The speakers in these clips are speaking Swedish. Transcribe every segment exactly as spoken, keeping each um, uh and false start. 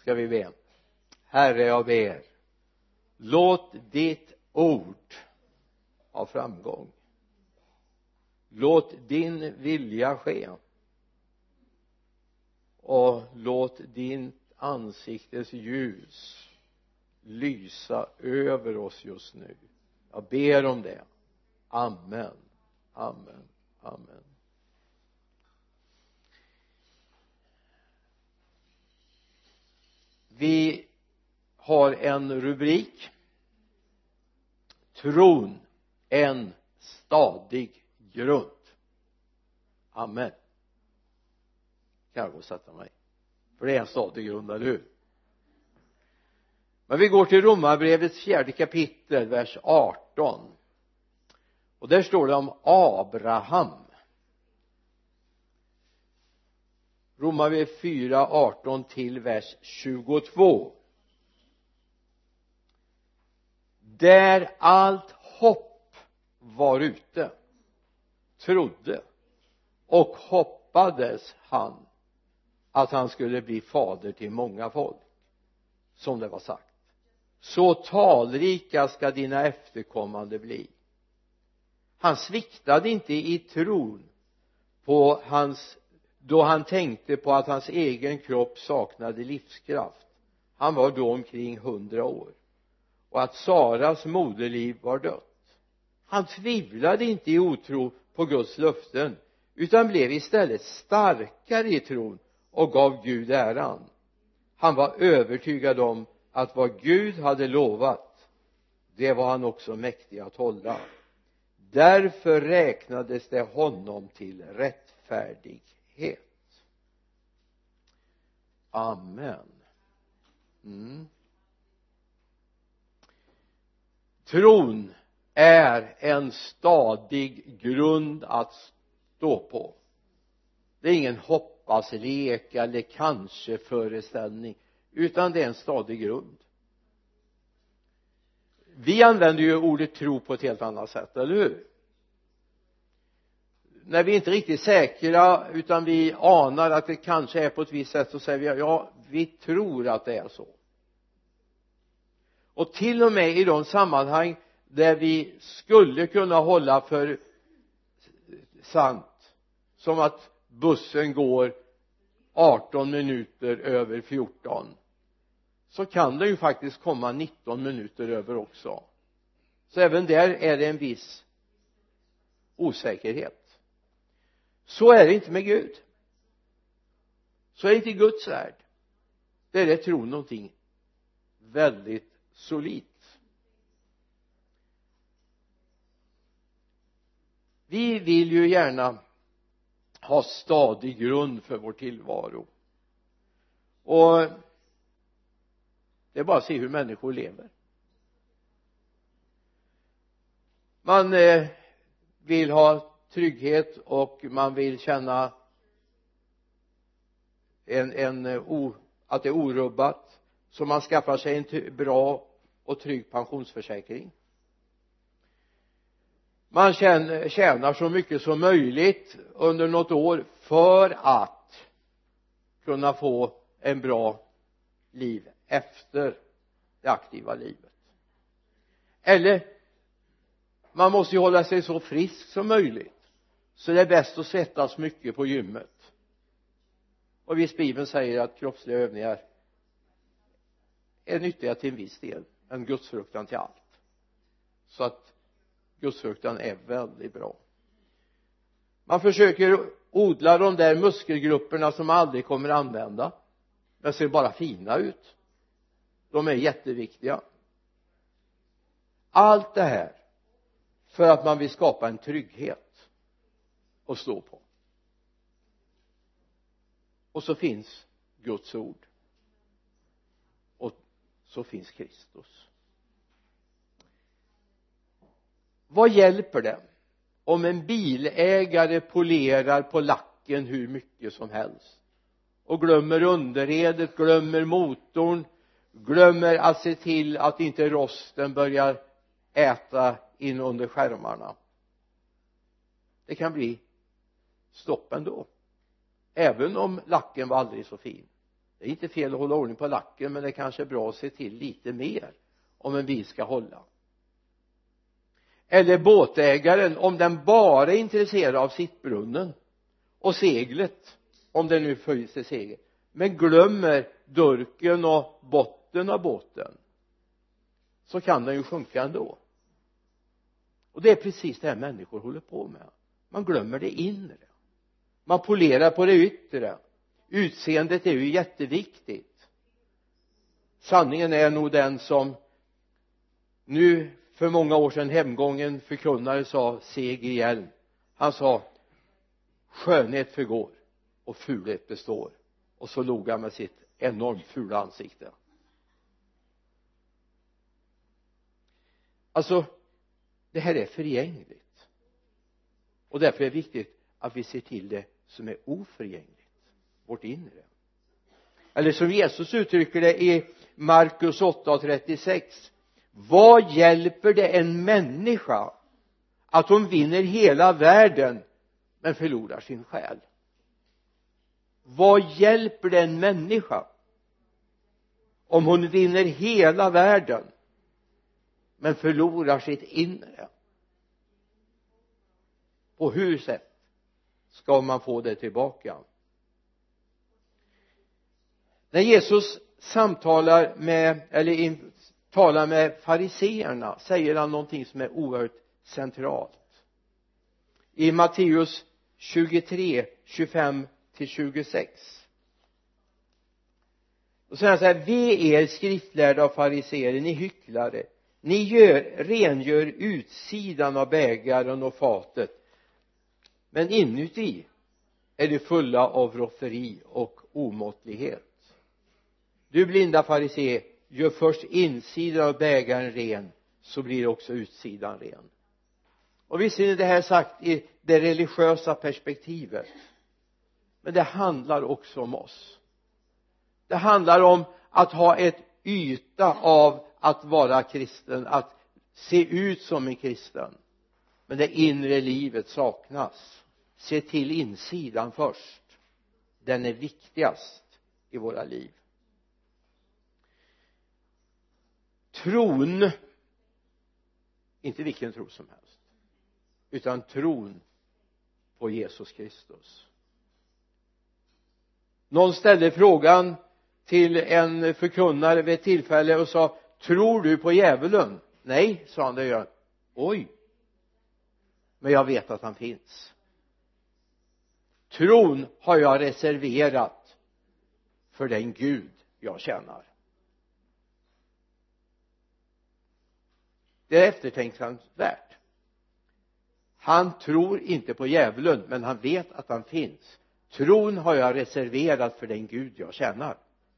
Ska vi be. Herre, jag ber, låt ditt ord ha framgång. Låt din vilja ske. Och låt din ansiktes ljus lysa över oss just nu. Jag ber om det. Amen. Amen. Amen. Vi har en rubrik: tron, en stadig grund. Amen. Kan jag gå och sätta mig, för det är en stadig grund, eller hur? Men vi går till Romarbrevets fjärde kapitel, vers arton, och där står det om Abraham. Romarbrevet fyra arton till vers tjugotvå. Där allt hopp var ute, trodde och hoppades han att han skulle bli fader till många folk, som det var sagt: så talrika ska dina efterkommande bli. Han sviktade inte i tron på hans, då han tänkte på att hans egen kropp saknade livskraft. Han var då omkring hundra år, och att Saras moderliv var dött. Han tvivlade inte i otro på Guds löften, utan blev istället starkare i tron och gav Gud äran. Han var övertygad om att vad Gud hade lovat, det var han också mäktig att hålla. Därför räknades det honom till rättfärdighet. Amen. Mm. Tron är en stadig grund att stå på. Det är ingen hoppaslek eller kanske föreställning, utan det är en stadig grund. Vi använder ju ordet tro på ett helt annat sätt, eller hur? När vi inte är riktigt säkra, utan vi anar att det kanske är på ett visst sätt, så säger vi ja, vi tror att det är så. Och till och med i de sammanhang där vi skulle kunna hålla för sant, som att bussen går arton minuter över fjorton, så kan det ju faktiskt komma nitton minuter över också. Så även där är det en viss osäkerhet. Så är det inte med Gud. Så är det inte i Guds värld. Där är tron någonting väldigt solidt. Vi vill ju gärna ha stadig grund för vår tillvaro. Och det är bara att se hur människor lever. Man eh, vill ha trygghet, och man vill känna en, en, o, att det är orubbat, så man skaffar sig en t- bra och trygg pensionsförsäkring. Man tjänar, tjänar så mycket som möjligt under något år för att kunna få en bra liv efter det aktiva livet. Eller man måste ju hålla sig så frisk som möjligt, så det är bäst att svettas mycket på gymmet. Och visst, Bibeln säger att kroppsliga övningar är nyttiga till en viss del, en gudsfruktan till allt. Så att gudsfruktan är väldigt bra. Man försöker odla de där muskelgrupperna som man aldrig kommer att använda, men ser bara fina ut. De är jätteviktiga. Allt det här för att man vill skapa en trygghet att stå på. Och så finns Guds ord, och så finns Kristus. Vad hjälper det om en bilägare polerar på lacken hur mycket som helst och glömmer underredet, glömmer motorn, glömmer att se till att inte rosten börjar äta in under skärmarna? Det kan bli stopp ändå, även om lacken var aldrig så fin. det är inte fel att hålla ordning på lacken, men det kanske är bra att se till lite mer om en bil ska hålla. Eller båtägaren, om den bara är intresserad av sittbrunnen och seglet, om det nu följs till segel, men glömmer durken och botten av båten, så kan den ju sjunka ändå. Och det är precis det här människor håller på med. Man glömmer det inre, man polerar på det yttre. Utseendet är ju jätteviktigt. Sanningen är nog den som nu för många år sedan hemgången förkunnare sa, C G Hjelm. Han sa: skönhet förgår och fulhet består. Och så log han med sitt enormt fula ansikte. Alltså, det här är förgängligt, och därför är det viktigt att vi ser till det som är oförgängligt, vårt inre. Eller som Jesus uttrycker det i Markus åtta och trettiosex: vad hjälper det en människa att hon vinner hela världen men förlorar sin själ? Vad hjälper det en människa om hon vinner hela världen men förlorar sitt inre? På hur sätt ska man få det tillbaka? När Jesus samtalar med eller in, talar med fariseerna, säger han någonting som är oerhört centralt. I Matteus tjugotre, tjugofem till tjugosex. Och så säger han så här: ve er skriftlärda och fariseer, ni hycklare, ni gör, rengör utsidan av bägaren och fatet, men inuti är det fulla av rofferi och omåttlighet. Du blinda farisé, gör först insidan av bägaren ren, så blir också utsidan ren. Och visst är det här sagt i det religiösa perspektivet, men det handlar också om oss. Det handlar om att ha ett yta av att vara kristen, att se ut som en kristen, men det inre livet saknas. Se till insidan först, den är viktigast i våra liv. Tron, inte vilken tro som helst, utan tron på Jesus Kristus. Någon ställde frågan till en förkunnare vid ett tillfälle och sa: tror du på djävulen? Nej, sa han, det gör. Oj, men jag vet att han finns. Tron har jag reserverat för den Gud jag tjänar. Det är eftertänksansvärt. Han tror inte på djävulen, men han vet att han finns. Tron har jag reserverat för den Gud jag tjänar.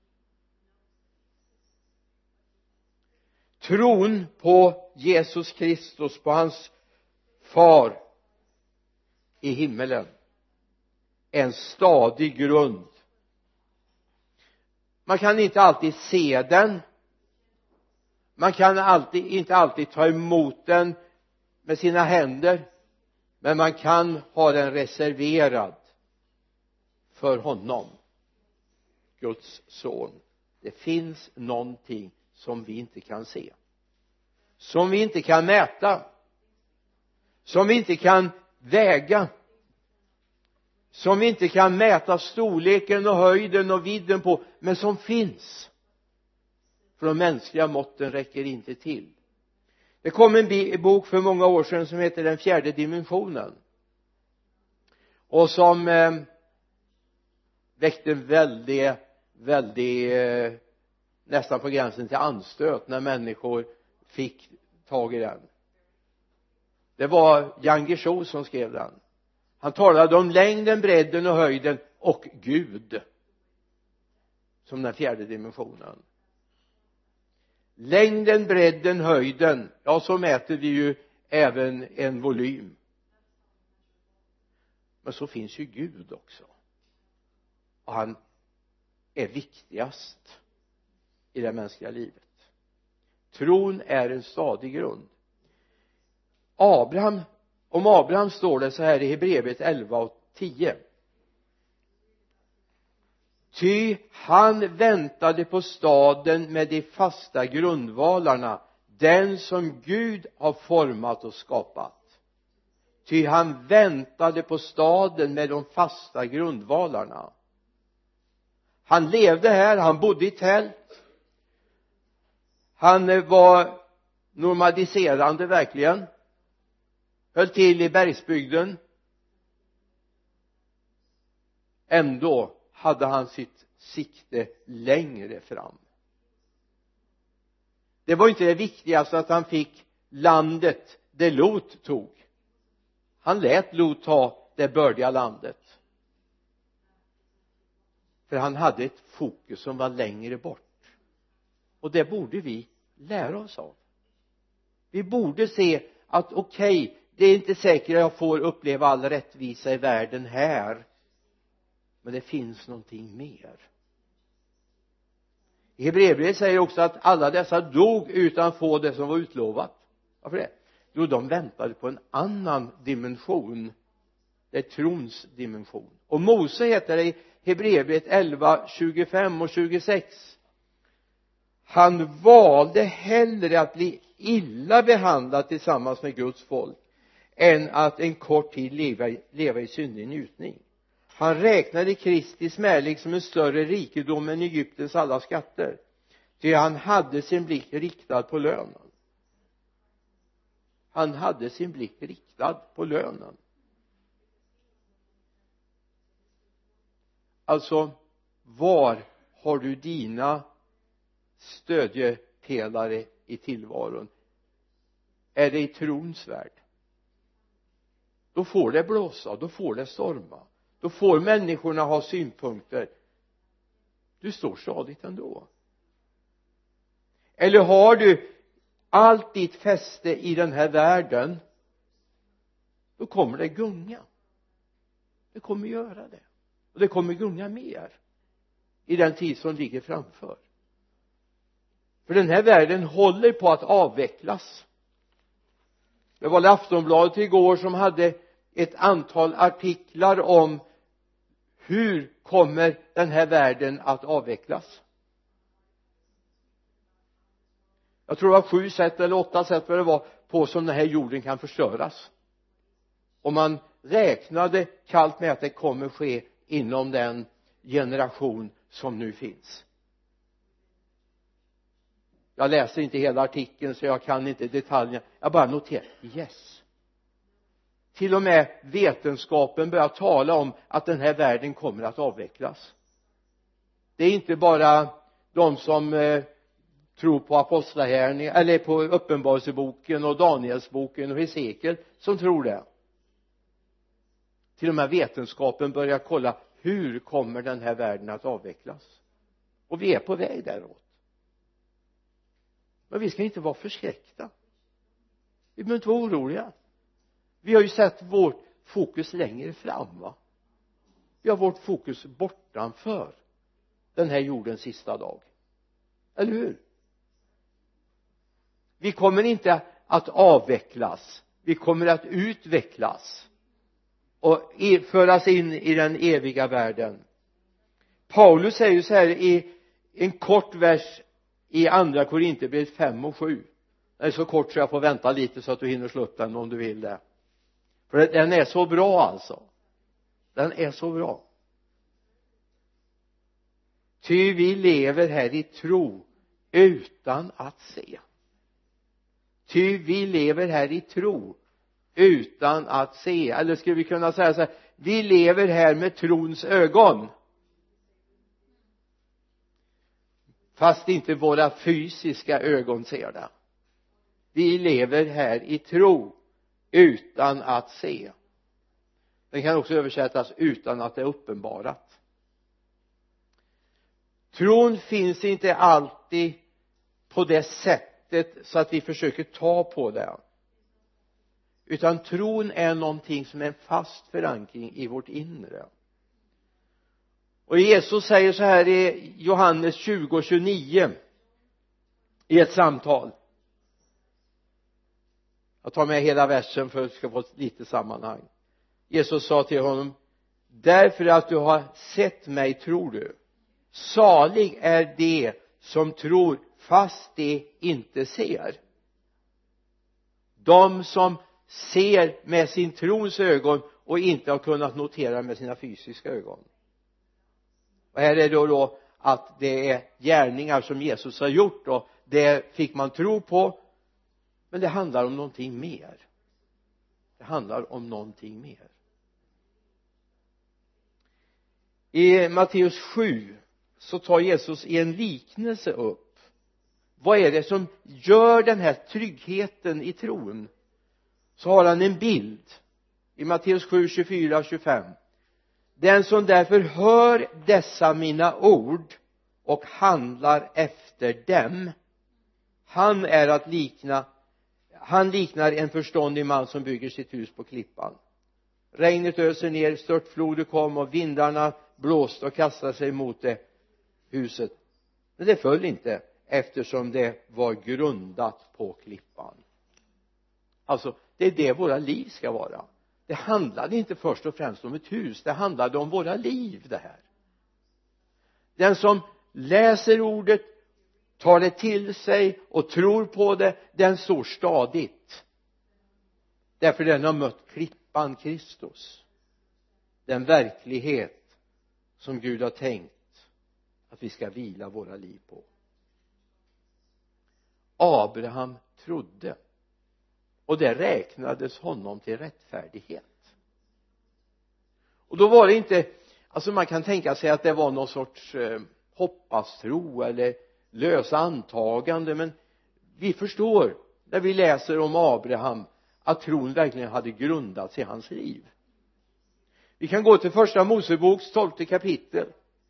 Tron på Jesus Kristus, på hans far i himmelen, är en stadig grund. Man kan inte alltid se den, man kan alltid, inte alltid ta emot den med sina händer, men man kan ha den reserverad för honom, Guds son. Det finns någonting som vi inte kan se, som vi inte kan mäta, som vi inte kan väga, som vi inte kan mäta storleken och höjden och vidden på, men som finns. För de mänskliga måtten räcker inte till. Det kom en bok för många år sedan som heter Den fjärde dimensionen, och som eh, väckte väldigt, väldigt eh, nästan på gränsen till anstöt när människor fick tag i den. Det var Jan Guillou som skrev den. Han talade om längden, bredden och höjden och Gud som den fjärde dimensionen. Längden, bredden, höjden, ja, så mäter vi ju även en volym. Men så finns ju Gud också, och han är viktigast i det mänskliga livet. Tron är en stadig grund. Abraham, om Abraham står det så här i Hebreerbrevet elva och tio: ty han väntade på staden med de fasta grundvalarna, den som Gud har format och skapat. Ty han väntade på staden med de fasta grundvalarna. Han levde här, han bodde i tält. Han var nomadiserande verkligen. Höll till i bergsbygden. Ändå hade han sitt sikte längre fram. Det var inte det viktigaste att han fick landet det Lot tog. Han lät Lot ta det bördiga landet. För han hade ett fokus som var längre bort. Och det borde vi lära oss av. Vi borde se att okej, okay, det är inte säkert att jag får uppleva all rättvisa i världen här. Men det finns någonting mer. I Hebreerbrevet säger också att alla dessa dog utan att få det som var utlovat. Varför det? Jo, de väntade på en annan dimension. Det är trons dimension. Och Mose heter det i Hebreerbrevet elva, tjugofem och tjugosex. Han valde hellre att bli illa behandlad tillsammans med Guds folk än att en kort tid leva, leva i syndig njutning. Han räknade Kristi smärlig som en större rikedom än Egyptens alla skatter. Ty han hade sin blick riktad på lönen. Han hade sin blick riktad på lönen. Alltså, var har du dina stödjepelare i tillvaron? Är det i trons värld? Då får det blåsa, då får det storma. Då får människorna ha synpunkter. Du står stadigt ändå. Eller har du allt ditt fäste i den här världen, då kommer det gunga. Det kommer göra det. Och det kommer gunga mer i den tid som ligger framför. För den här världen håller på att avvecklas. Det var Aftonbladet igår som hade ett antal artiklar om hur kommer den här världen att avvecklas. Jag tror det var sju sätt eller åtta sätt vad det var på som den här jorden kan förstöras. Och man räknade kallt med att det kommer ske inom den generation som nu finns. Jag läser inte hela artikeln så jag kan inte detaljerna. Jag bara noterar, yes. Till och med vetenskapen börjar tala om att den här världen kommer att avvecklas. Det är inte bara de som eh, tror på apostlagärningarna eller på uppenbarelseboken och Danielsboken och Hesekiel som tror det. Till och med vetenskapen börjar kolla hur kommer den här världen att avvecklas. Och vi är på väg däråt. Men vi ska inte vara förskräckta. Vi behöver inte vara oroliga. Vi har ju sett vårt fokus längre fram, va? Vi har vårt fokus bortanför den här jordens sista dag. Eller hur? Vi kommer inte att avvecklas. Vi kommer att utvecklas och föras in i den eviga världen. Paulus säger så här i en kort vers i andra Korinthierbrevet fem och sju. Den är så kort så jag får vänta lite så att du hinner slå upp den om du vill det. För den är så bra alltså. Den är så bra. Ty vi lever här i tro utan att se. Ty vi lever här i tro utan att se. Eller skulle vi kunna säga så här: vi lever här med trons ögon. Fast inte våra fysiska ögon ser det. Vi lever här i tro utan att se. Den kan också översättas utan att det är uppenbarat. Tron finns inte alltid på det sättet så att vi försöker ta på det. Utan tron är någonting som är en fast förankring i vårt inre. Och Jesus säger så här i Johannes tjugo tjugonio i ett samtal. Jag tar med hela versen för att vi ska få lite sammanhang. Jesus sa till honom: därför att du har sett mig tror du. salig är det som tror fast de inte ser. De som ser med sin trons ögon och inte har kunnat notera med sina fysiska ögon. Och här är det då, då att det är gärningar som Jesus har gjort, och det fick man tro på, men det handlar om någonting mer. Det handlar om någonting mer. I Matteus sju så tar Jesus i en liknelse upp vad är det som gör den här tryggheten i tron. Så har han en bild i Matteus sju, tjugofyra, tjugofem. Den som därför hör dessa mina ord och handlar efter dem, han är att likna han liknar en förståndig man som bygger sitt hus på klippan. Regnet öser ner, störtfloder kom och vindarna blåste och kastade sig mot det huset, men det föll inte, eftersom det var grundat på klippan. Alltså det är det våra liv ska vara. Det handlade inte först och främst om ett hus, det handlade om våra liv det här. Den som läser ordet, tar det till sig och tror på det, den står stadigt. Därför den har mött klippan Kristus. Den verklighet som Gud har tänkt att vi ska vila våra liv på. Abraham trodde, och det räknades honom till rättfärdighet. Och då var det inte, alltså man kan tänka sig att det var någon sorts eh, hoppastro eller lösa antagande, men vi förstår när vi läser om Abraham att tron verkligen hade grundats i hans liv. Vi kan gå till första Moseboks tolfte kapitel.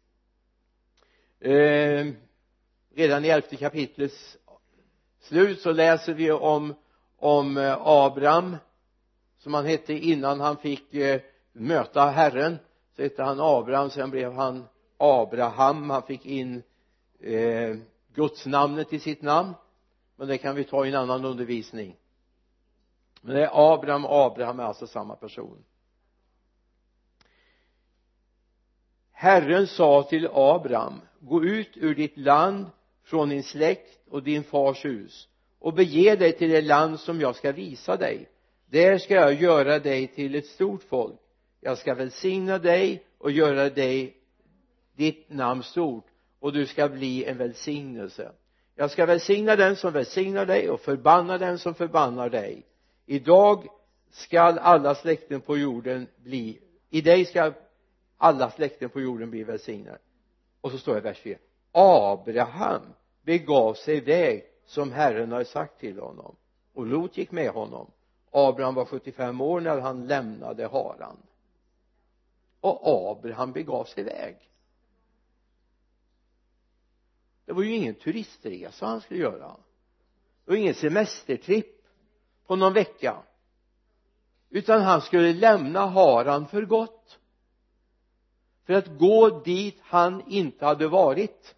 Eh, redan i elfte kapitlets slut så läser vi om om Abraham, som han hette innan han fick eh, möta Herren. Så hette han Abraham, sen blev han Abraham. Han fick in eh, Guds namnet i sitt namn, men det kan vi ta i en annan undervisning. Men det är Abraham och Abraham är alltså samma person. Herren sa till Abraham: gå ut ur ditt land, från din släkt och din fars hus, och bege dig till det land som jag ska visa dig. Där ska jag göra dig till ett stort folk. Jag ska välsigna dig och göra dig ditt namn stort, och du ska bli en välsignelse. Jag ska välsigna den som välsignar dig och förbanna den som förbannar dig. Idag skall alla släkten på jorden bli i dig ska alla släkten på jorden bli välsignade. Och så står det i vers fyra: Abraham begav sig iväg som Herren har sagt till honom, och Lot gick med honom. Abraham var sjuttiofem år när han lämnade Haran, och Abraham begav sig iväg. Det var ju ingen turistresa han skulle göra. Det var ingen semestertripp på någon vecka, utan han skulle lämna Haran för gott, för att gå dit han inte hade varit.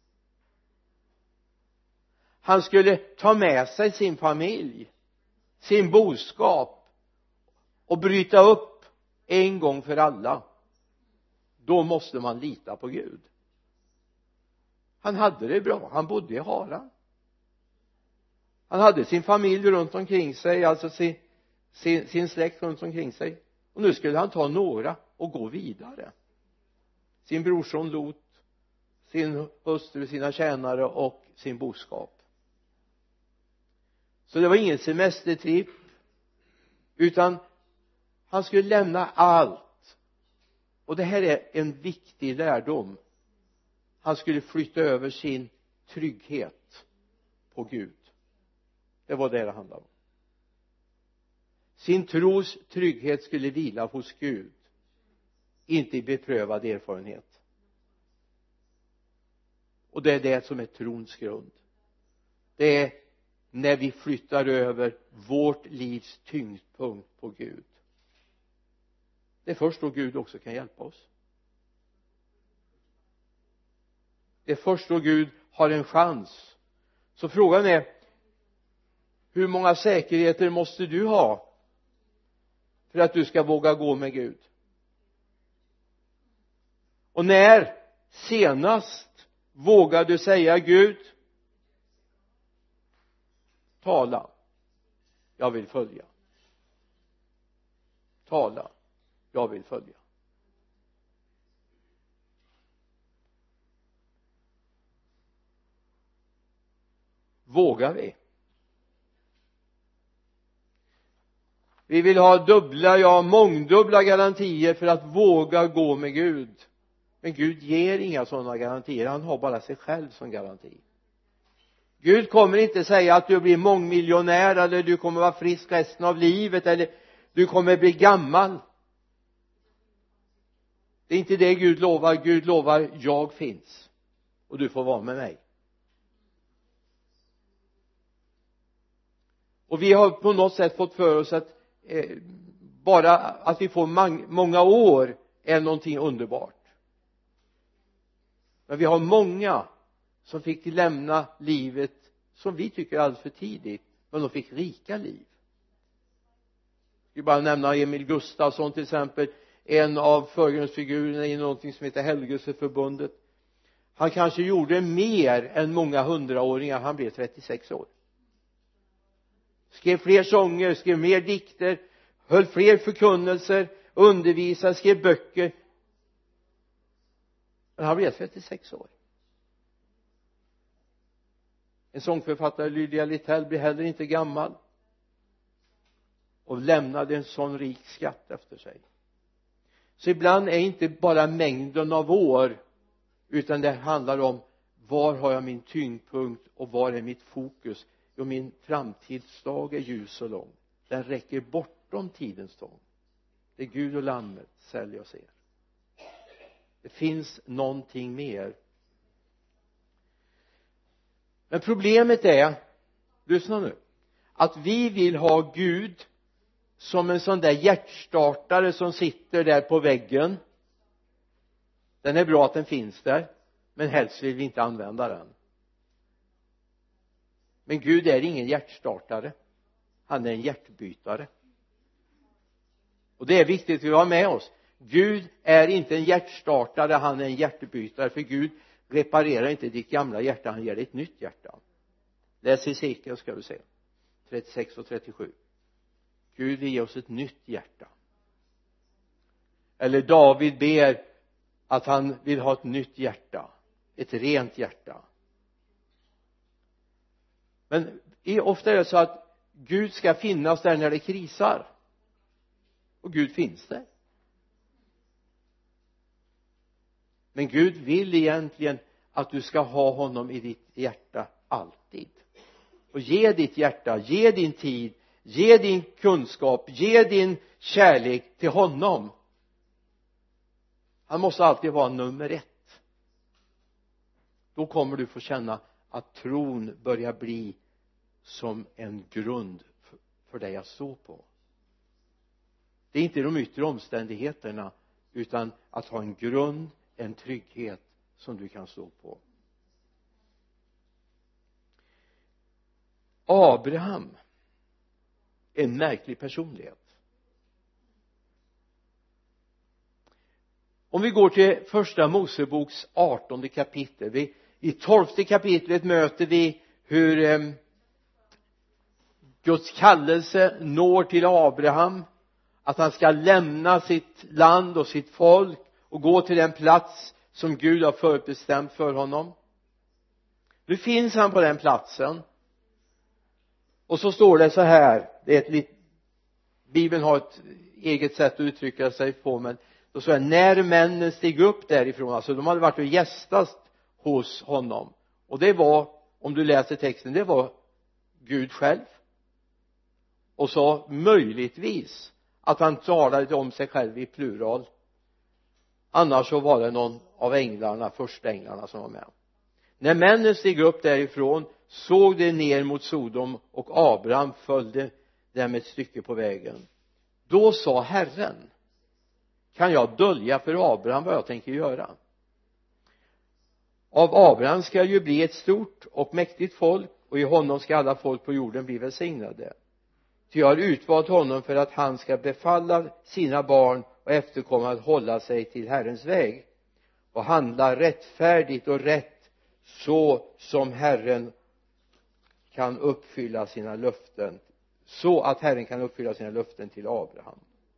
Han skulle ta med sig sin familj, sin boskap, och bryta upp en gång för alla. Då måste man lita på Gud. Han hade det bra, han bodde i Haran. Han hade sin familj runt omkring sig, alltså sin, sin, sin släkt runt omkring sig. Och nu skulle han ta några och gå vidare. Sin brorson Lot, sin hustru, sina tjänare och sin boskap. Så det var ingen semestertripp, utan han skulle lämna allt. Och det här är en viktig lärdom. Han skulle flytta över sin trygghet på Gud. Det var det det handlade om. Sin tros trygghet skulle vila hos Gud, inte i beprövad erfarenhet. Och det är det som är trons grund. Det är när vi flyttar över vårt livs tyngdpunkt på Gud. Det är först då Gud också kan hjälpa oss. Det är först då Gud har en chans. Så frågan är: hur många säkerheter måste du ha för att du ska våga gå med Gud? Och när senast vågade du säga Gud, tala, jag vill följa. Tala, jag vill följa. Vågar vi? Vi vill ha dubbla, ja mångdubbla garantier för att våga gå med Gud. Men Gud ger inga sådana garantier. Han har bara sig själv som garanti. Gud kommer inte säga att du blir mångmiljonär, eller du kommer vara frisk resten av livet, eller du kommer bli gammal. Det är inte det Gud lovar. Gud lovar, jag finns och du får vara med mig. Och vi har på något sätt fått för oss att eh, bara att vi får mang- många år är någonting underbart. Men vi har många som fick lämna livet som vi tycker är alldeles för tidigt, men de fick rika liv. Jag vill bara nämna Emil Gustafsson till exempel, en av förgrundsfigurerna i någonting som heter Helgelseförbundet. Han kanske gjorde mer än många hundraåringar. Han blev trettiosex år. Skrev fler sånger, skrev mer dikter, höll fler förkunnelser, undervisade, skrev böcker. Men han blev trettiosex år. En sångförfattare, Lydia Littell, blev heller inte gammal och lämnade en sån rik skatt efter sig. Så ibland är inte bara mängden av år, utan det handlar om var har jag min tyngdpunkt och var är mitt fokus. Och min framtidsdag är ljus och lång. Den räcker bortom tidens tång. Det är Gud och lammet, sälj och ser. Det finns någonting mer. Men problemet är, lyssna nu, att vi vill ha Gud som en sån där hjärtstartare som sitter där på väggen. Den är bra att den finns där, men helst vill vi inte använda den. Men Gud är ingen hjärtstartare. Han är en hjärtbytare. Och det är viktigt att vi har med oss. Gud är inte en hjärtstartare, han är en hjärtbytare. För Gud reparerar inte ditt gamla hjärta, han ger dig ett nytt hjärta. Läs Hesekiel ska du se, trettiosex och trettiosju. Gud vill ge oss ett nytt hjärta. Eller David ber att han vill ha ett nytt hjärta, ett rent hjärta. Men ofta är det så att Gud ska finnas där när det krisar. Och Gud finns där. Men Gud vill egentligen att du ska ha honom i ditt hjärta alltid. Och ge ditt hjärta, ge din tid, ge din kunskap, ge din kärlek till honom. Han måste alltid vara nummer ett. Då kommer du få känna att tron börjar bli som en grund för dig att stå på. Det är inte de yttre omständigheterna, utan att ha en grund, en trygghet som du kan stå på. Abraham är en märklig personlighet. Om vi går till första Moseboks artonde kapitel. Vi, i tolfte kapitlet möter vi hur eh, Guds kallelse når till Abraham. Att han ska lämna sitt land och sitt folk och gå till den plats som Gud har förutbestämt för honom. Nu finns han på den platsen. Och så står det så här. Det är ett lit, Bibeln har ett eget sätt att uttrycka sig på, men då står det, när männen steg upp därifrån, alltså de hade varit och gästat hos honom. Och det var, om du läser texten, det var Gud själv. Och så möjligtvis att han talade om sig själv i plural. Annars så var det någon av änglarna, första änglarna som var med. När männen steg upp därifrån såg de ner mot Sodom, och Abraham följde dem ett stycke på vägen. Då sa Herren, kan jag dölja för Abraham vad jag tänker göra? Av Abraham ska ju bli ett stort och mäktigt folk, och i honom ska alla folk på jorden bli välsignade. Ty jag har utvalt honom för att han ska befalla sina barn och efterkomma att hålla sig till Herrens väg, och handla rättfärdigt och rätt, så som Herren kan uppfylla sina löften, så att Herren kan uppfylla sina löften till Abraham.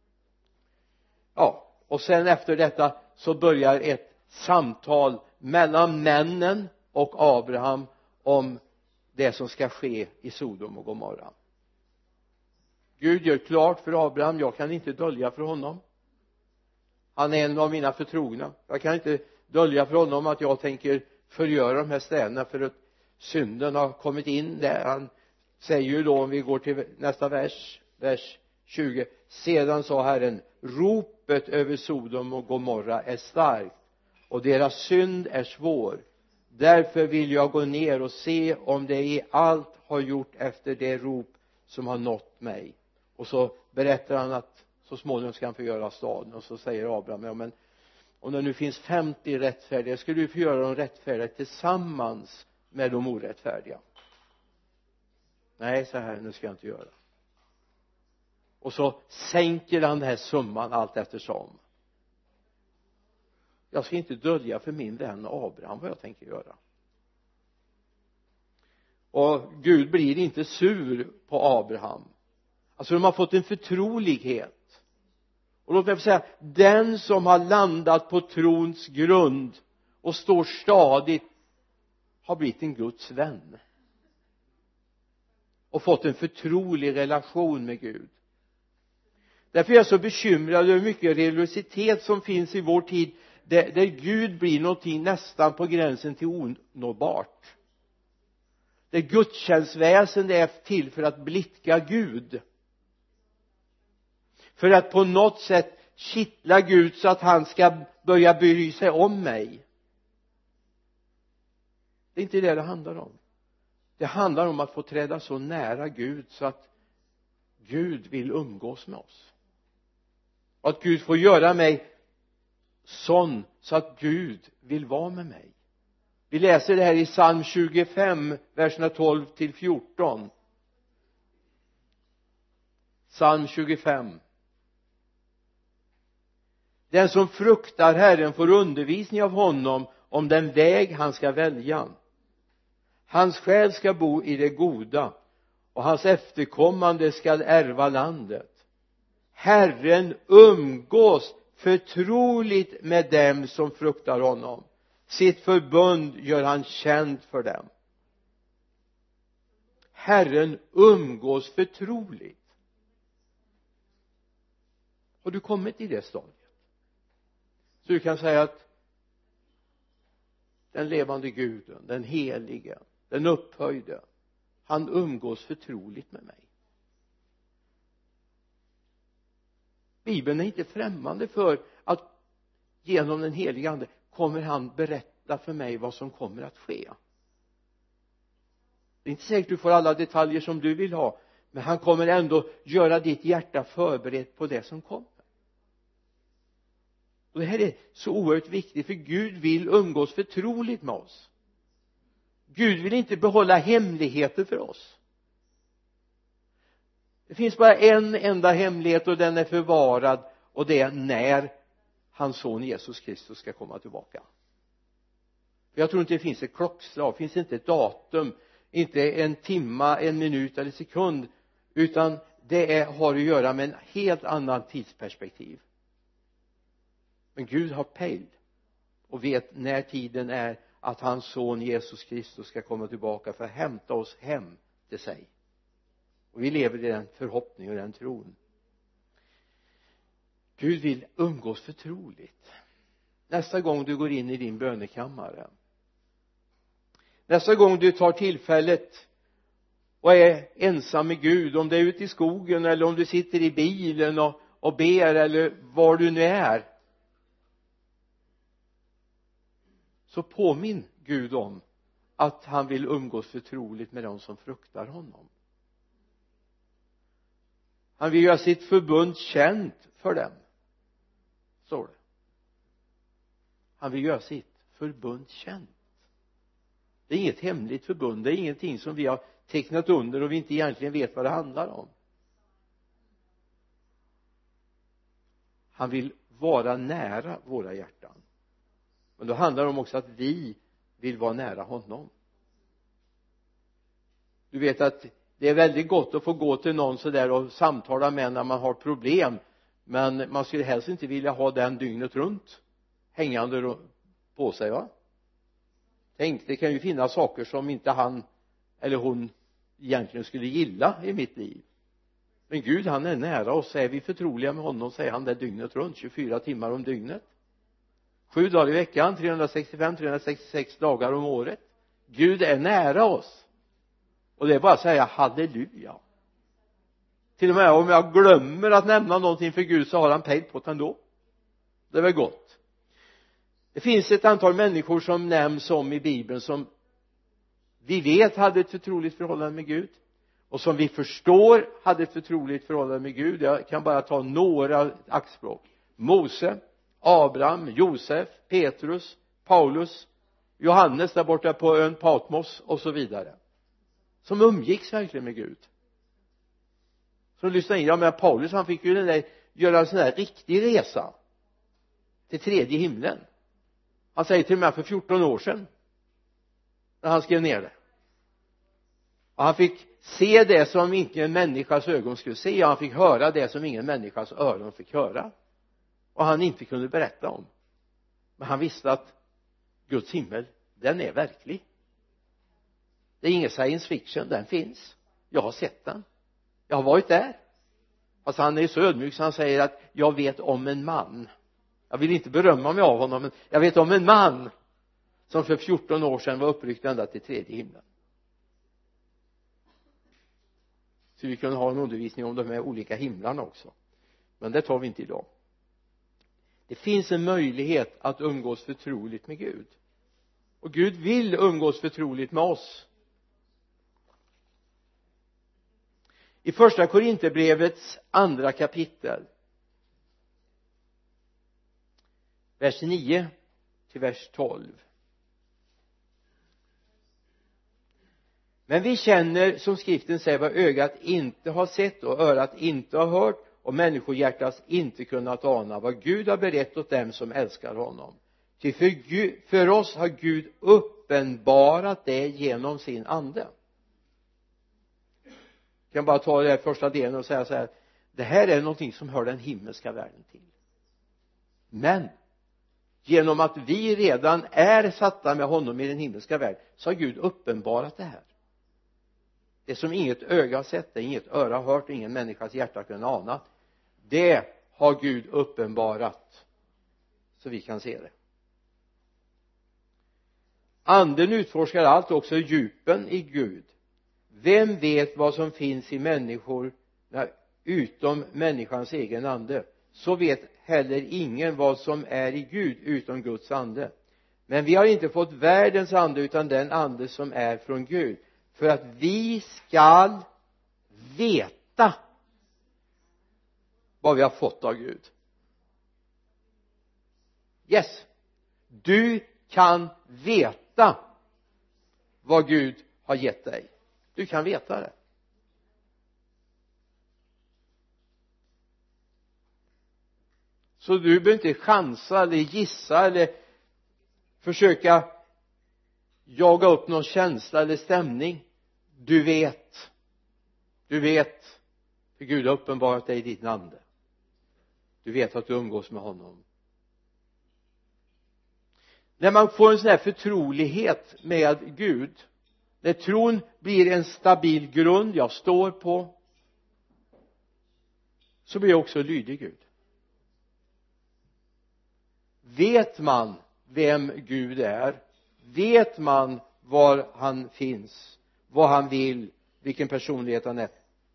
Ja, och sen efter detta så börjar ett samtal mellan männen och Abraham om det som ska ske i Sodom och Gomorra. Gud gör klart för Abraham: jag kan inte dölja för honom, han är en av mina förtrogna, jag kan inte dölja för honom att jag tänker förgöra de här städerna, för att synden har kommit in där. Han säger ju då, om vi går till nästa vers, vers tjugo: sedan sa Herren, ropet över Sodom och Gomorra är starkt och deras synd är svår, därför vill jag gå ner och se om det i allt har gjort efter det rop som har nått mig. Och så berättar han att så småningom ska han förgöra staden, och så säger Abraham: ja, men om det nu finns femtio rättfärdiga, skulle du förgöra de rättfärdiga tillsammans med de orättfärdiga? Nej, så här, nu ska jag inte göra. Och så sänker han den här summan allt eftersom. Jag ska inte dölja för min vän Abraham vad jag tänker göra. Och Gud blir inte sur på Abraham. Alltså de har fått en förtrolighet. Och låt mig säga, den som har landat på trons grund och står stadigt har blivit en Guds vän och fått en förtrolig relation med Gud. Därför är jag så bekymrad över mycket religiositet som finns i vår tid, där, där Gud blir någonting nästan på gränsen till onåbart. Där gudstjänstväsendet är till för att blidka Gud, för att på något sätt kittla Gud så att han ska börja bry sig om mig. Det är inte det det handlar om. Det handlar om att få träda så nära Gud så att Gud vill umgås med oss, och att Gud får göra mig sån så att Gud vill vara med mig. Vi läser det här i psalm tjugofem, verserna tolv till fjorton. Psalm tjugofem. Den som fruktar Herren får undervisning av honom om den väg han ska välja. Hans själ ska bo i det goda, och hans efterkommande ska ärva landet. Herren umgås förtroligt med dem som fruktar honom. Sitt förbund gör han känt för dem. Herren umgås förtroligt. Har du kommit i det stadiet? Så du kan säga att den levande guden, den helige, den upphöjde, han umgås förtroligt med mig. Bibeln är inte främmande för att genom den helige ande kommer han berätta för mig vad som kommer att ske. Det är inte säkert du får alla detaljer som du vill ha, men han kommer ändå göra ditt hjärta förberett på det som kommer. Och det här är så oerhört viktigt, för Gud vill umgås förtroligt med oss. Gud vill inte behålla hemligheter för oss. Det finns bara en enda hemlighet, och den är förvarad, och det är när hans son Jesus Kristus ska komma tillbaka. Jag tror inte det finns ett klockslag, finns inte ett datum, inte en timma, en minut eller sekund, utan det är, har att göra med en helt annan tidsperspektiv. Men Gud har pejl och vet när tiden är att hans son Jesus Kristus ska komma tillbaka för att hämta oss hem till sig. Och vi lever i den förhoppning och den tron. Gud vill umgås förtroligt. Nästa gång du går in i din bönekammare, nästa gång du tar tillfället och är ensam med Gud, om det är ute i skogen eller om du sitter i bilen och, och ber, eller var du nu är, så påminn Gud om att han vill umgås förtroligt med dem som fruktar honom. Han vill göra sitt förbund känt för dem, står det. Han vill göra sitt förbund känt. Det är inget hemligt förbund, det är ingenting som vi har tecknat under och vi inte egentligen vet vad det handlar om. Han vill vara nära våra hjärtan. men då handlar det om också att vi vill vara nära honom. Du vet att det är väldigt gott att få gå till någon så där och samtala med när man har problem, men man skulle helst inte vilja ha den dygnet runt hängande på sig, va? Tänk, det kan ju finnas saker som inte han eller hon egentligen skulle gilla i mitt liv, men Gud, han är nära oss. Är vi förtroliga med honom, säger han det dygnet runt, tjugofyra timmar om dygnet, sju dagar i veckan, trehundrasextiofem till trehundrasextiosex dagar om året. Gud är nära oss, och det är bara att säga halleluja. Till och med om jag glömmer att nämna någonting för Gud, så har han pejl på det ändå. Det är väl gott. Det finns ett antal människor som nämns om i Bibeln som vi vet hade ett förtroligt förhållande med Gud, och som vi förstår hade ett förtroligt förhållande med Gud. Jag kan bara ta några axplock: Mose, Abraham, Josef, Petrus, Paulus, Johannes där borta på ön Patmos och så vidare, som umgicks verkligen med Gud, som lyssnade in. Ja, men Paulus, han fick ju den där, göra en sån där riktig resa till tredje himlen. Han säger till mig för fjorton år sedan, när han skrev ner det, och han fick se det som ingen människas ögon skulle se, och han fick höra det som ingen människas öron fick höra, och han inte kunde berätta om. Men han visste att Guds himmel, den är verklig. Det är ingen science fiction, den finns. Jag har sett den, jag har varit där. Alltså han är så ödmjuk så han säger att jag vet om en man, jag vill inte berömma mig av honom, men jag vet om en man som för fjorton år sedan var uppryckt ända till tredje himlen. Så vi kunde ha en undervisning om de här olika himlarna också, men det tar vi inte idag. Det finns en möjlighet att umgås förtroligt med Gud, och Gud vill umgås förtroligt med oss. I första Korinthierbrevets andra kapitel, vers nio till vers tolv. Men vi känner, som skriften säger, vad ögat inte har sett och örat inte har hört och människohjärtas inte kunnat ana, vad Gud har berett åt dem som älskar honom. Ty för, Gud, för oss har Gud uppenbarat det genom sin ande. Jag kan bara ta den här första delen och säga så här: det här är någonting som hör den himmelska världen till. Men genom att vi redan är satta med honom i den himmelska världen, så har Gud uppenbarat det här. Det som inget öga har sett, det inget öra har hört, ingen människas hjärta kan ana, det har Gud uppenbarat så vi kan se det. Anden utforskar allt, också djupen i Gud. Vem vet vad som finns i människor utom människans egen ande? Så vet heller ingen vad som är i Gud utom Guds ande. Men vi har inte fått världens ande, utan den ande som är från Gud, för att vi skall veta vad vi har fått av Gud. Yes, du kan veta vad Gud har gett dig. Du kan veta det. Så du behöver inte chansa eller gissa eller försöka jaga upp någon känsla eller stämning. Du vet. Du vet. För Gud har uppenbarat dig i ditt ande. Du vet att du umgås med honom. När man får en sån här förtrolighet med Gud, när tron blir en stabil grund jag står på, så blir jag också lydig Gud. Vet man vem Gud är, vet man var han finns, vad han vill, vilken personlighet han är,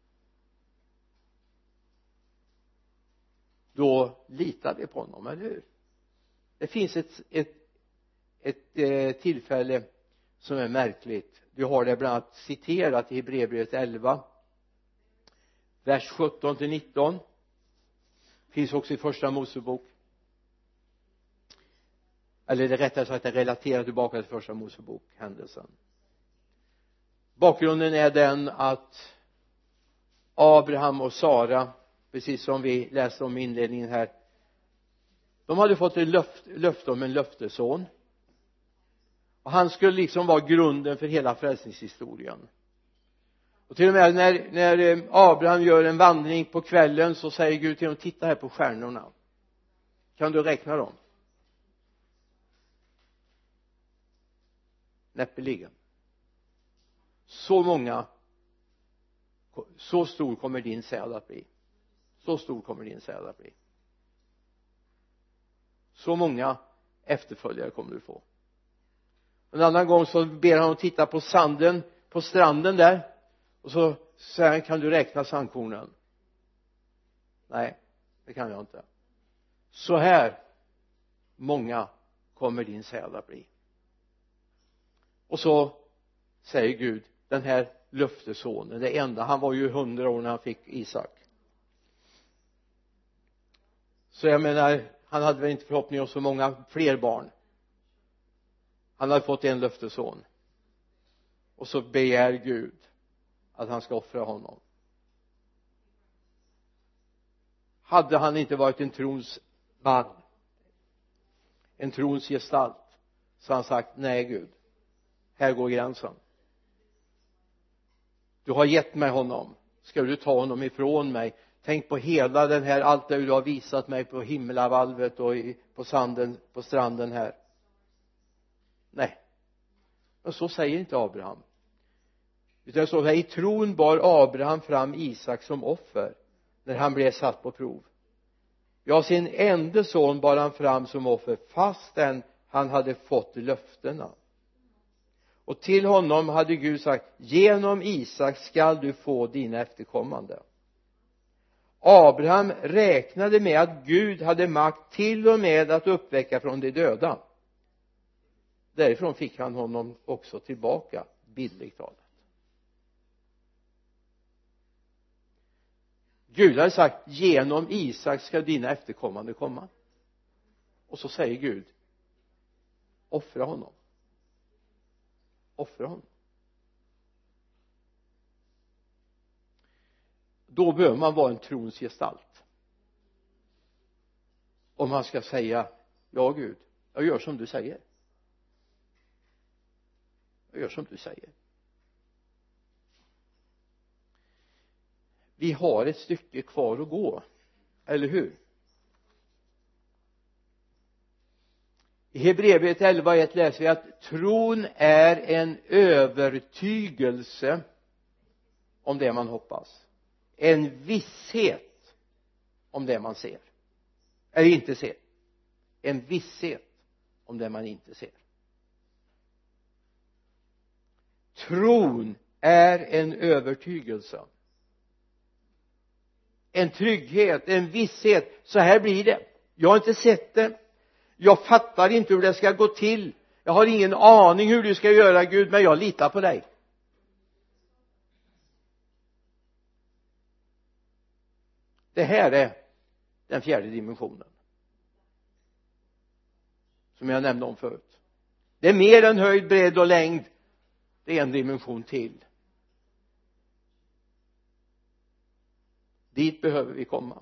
då litar vi på honom, eller hur? Det finns ett, ett, ett eh, tillfälle som är märkligt. Vi har det bland annat citerat i Hebreerbrevet elva, vers sjutton till nitton. Finns också i första Mosebok. Eller det rättare sagt är relaterat tillbaka till första Mosebok händelsen. Bakgrunden är den att Abraham och Sara, precis som vi läste om i inledningen här, de hade fått ett löfte, löfte om en löfteson. och han skulle liksom vara grunden för hela frälsningshistorien. Och till och med när, när Abraham gör en vandring på kvällen så säger Gud till honom: titta här på stjärnorna, kan du räkna dem? Näppeligen. Så många, så stor kommer din säd att bli. Så stor kommer din säd att bli. Så många efterföljare kommer du få. En annan gång så ber han att titta på sanden på stranden där, och så säger han: kan du räkna sandkornen? Nej, det kan jag inte. Så här många kommer din säd att bli. Och så säger Gud, den här löftesonen, det enda, han var ju hundra år när han fick Isak. Så jag menar, han hade väl inte förhoppning om så många fler barn. Han hade fått en löfteson. Och så begär Gud att han ska offra honom. Hade han inte varit en trons man, en trons gestalt, så han sagt: nej Gud, här går gränsen. Du har gett mig honom, ska du ta honom ifrån mig? Tänk på hela den här, allt det du har visat mig på himlavalvet och i, på sanden, på stranden här. Nej, men så säger inte Abraham. Utan så här, i tron bar Abraham fram Isak som offer när han blev satt på prov. Ja, sin enda son bar han fram som offer fastän han hade fått löftena. Och till honom hade Gud sagt: genom Isak skall du få dina efterkommande. Abraham räknade med att Gud hade makt till och med att uppväcka från de döda. Därifrån fick han honom också tillbaka, bildligt talat. Gud hade sagt: genom Isak ska dina efterkommande komma. Och så säger Gud: offra honom. Offra honom. Då behöver man vara en trons gestalt. Om man ska säga: ja Gud, jag gör som du säger. Jag gör som du säger. Vi har ett stycke kvar att gå, eller hur? I Hebreerbrevet elva ett läser vi att tron är en övertygelse om det man hoppas, en visshet om det man ser eller inte ser, en visshet om det man inte ser. Tron är en övertygelse, en trygghet, en visshet. Så här blir det. Jag har inte sett det, jag fattar inte hur det ska gå till, jag har ingen aning hur du ska göra Gud, men jag litar på dig. Det här är den fjärde dimensionen som jag nämnde om förut. Det är mer än höjd, bredd och längd. Det är en dimension till. Dit behöver vi komma.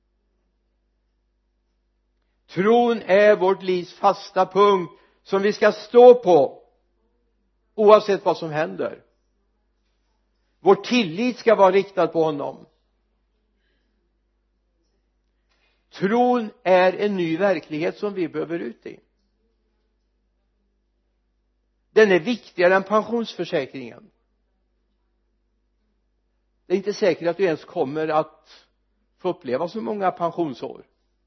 Tron är vårt livs fasta punkt som vi ska stå på oavsett vad som händer. Vår tillit ska vara riktad på honom. Tron är en ny verklighet som vi behöver ut i. Den är viktigare än pensionsförsäkringen. Det är inte säkert att du ens kommer att få uppleva så många pensionsår.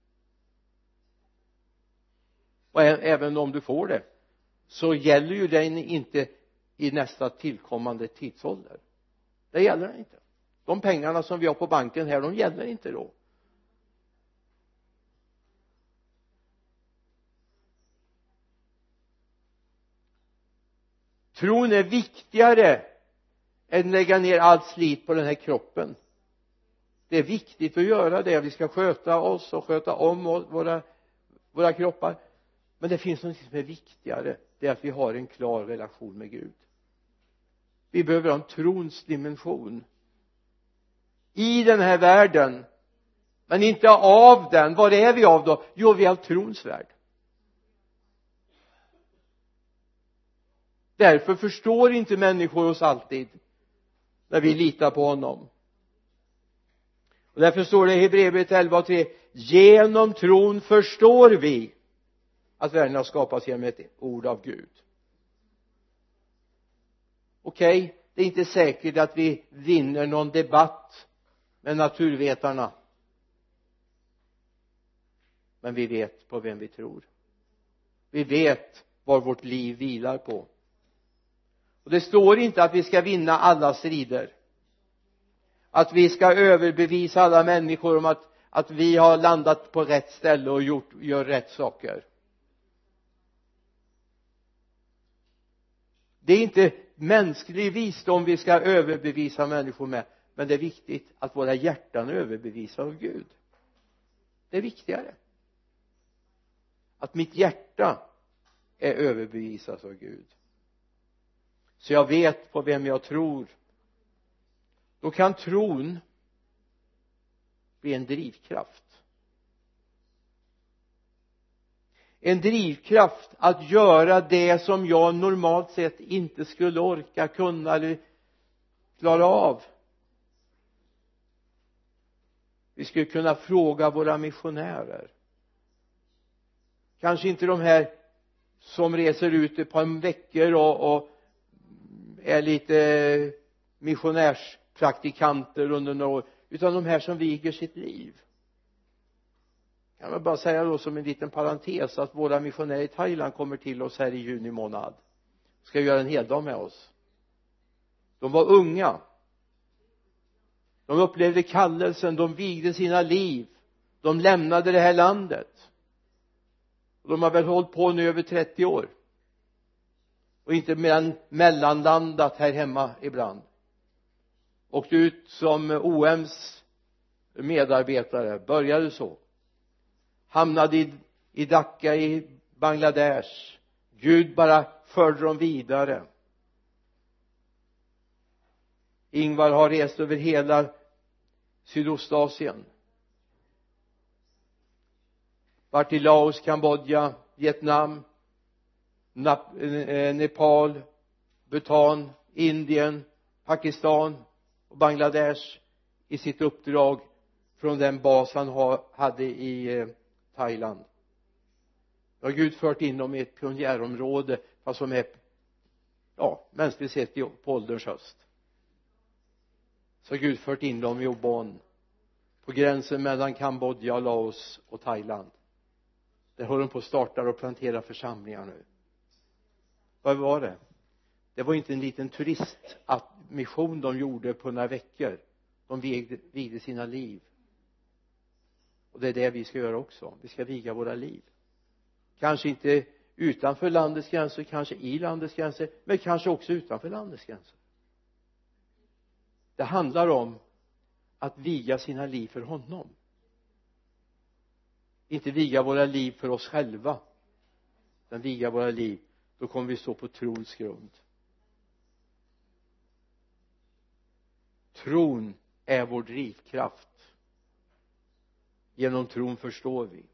Och även om du får det, så gäller ju den inte i nästa tillkommande tidsålder. Det gäller den inte. De pengarna som vi har på banken här, de gäller inte då. Tron är viktigare än att lägga ner allt slit på den här kroppen. Det är viktigt att göra det. Vi ska sköta oss och sköta om våra, våra kroppar. Men det finns något som är viktigare. Det är att vi har en klar relation med Gud. Vi behöver ha en trons dimension i den här världen, men inte av den. Vad är vi av då? Jo, vi är av trons värld. Därför förstår inte människor oss alltid när vi litar på honom. Och därför står det i Hebreerbrevet elva och tre: genom tron förstår vi att världen har skapats genom ett ord av Gud. Okej, okay, det är inte säkert att vi vinner någon debatt med naturvetarna, men vi vet på vem vi tror. Vi vet vad vårt liv vilar på. Och det står inte att vi ska vinna alla strider, att vi ska överbevisa alla människor om att, att vi har landat på rätt ställe och gjort, gör rätt saker. Det är inte mänsklig visdom vi ska överbevisa människor med, men det är viktigt att våra hjärtan överbevisas av Gud. Det är viktigare att mitt hjärta är överbevisat av Gud, så jag vet på vem jag tror. Då kan tron bli en drivkraft. En drivkraft att göra det som jag normalt sett inte skulle orka, kunna eller klara av. Vi skulle kunna fråga våra missionärer. Kanske inte de här som reser ut ett par veckor och, och är lite missionärspraktikanter under några år, utan de här som viger sitt liv. Kan man bara säga då som en liten parentes att våra missionärer i Thailand kommer till oss här i juni månad, ska göra en hel dag med oss. De var unga, de upplevde kallelsen, de vigde sina liv, de lämnade det här landet, och de har väl hållit på nu över trettio år och inte mer än mellanlandat här hemma ibland. Åkte ut som O M:s medarbetare, började så, hamnade i, i Dhaka i Bangladesh. Gud bara förde dem vidare. Ingvar har rest över hela Sydostasien, varit i Laos, Kambodja, Vietnam, Nepal, Bhutan, Indien, Pakistan och Bangladesh i sitt uppdrag från den bas han hade i eh, Thailand. Då har Gud fört in dem i ett pionjärområde, fast som är, ja, mänskligt sett på ålderns höst. Så har Gud fört in dem i Obon, på gränsen mellan Kambodja, Laos och Thailand. Där håller de på att starta och plantera församlingar nu. Vad var det? Det var inte en liten turistmission de gjorde på några veckor. De vigde, vigde sina liv. Och det är det vi ska göra också. Vi ska viga våra liv. Kanske inte utanför landets gränser, kanske i landets gränser, men kanske också utanför landets gränser. Det handlar om att viga sina liv för honom. Inte viga våra liv för oss själva, utan viga våra liv, då kommer vi stå på trons grund. Tron är vår drivkraft. Genom tron förstår vi.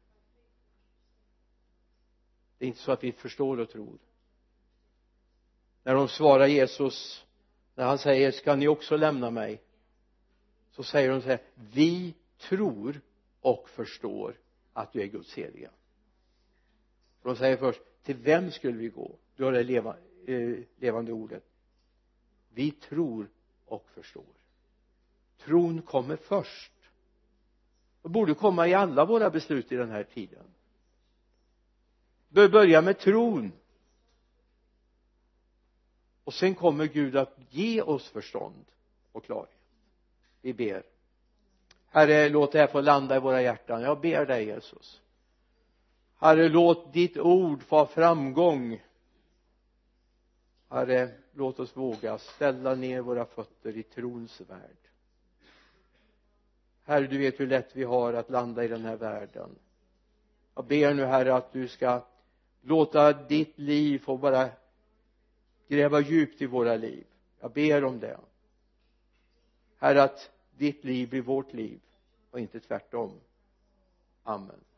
Det är inte så att vi förstår och tror. När de svarar Jesus, när han säger, ska ni också lämna mig? Så säger de så här, vi tror och förstår att du är Guds heliga. De säger först, till vem skulle vi gå? Du har det leva, eh, levande ordet. Vi tror och förstår. Tron kommer först. Det borde komma i alla våra beslut i den här tiden. Bör börja med tron. Och sen kommer Gud att ge oss förstånd och klarhet. Vi ber. Herre, låt det här få landa i våra hjärtan. Jag ber dig, Jesus. Herre, låt ditt ord få framgång. Herre, låt oss våga ställa ner våra fötter i trons värld. Herre, du vet hur lätt vi har att landa i den här världen. Jag ber nu, Herre, att du ska låta ditt liv få bara gräva djupt i våra liv. Jag ber om det. Herre, att ditt liv blir vårt liv och inte tvärtom. Amen.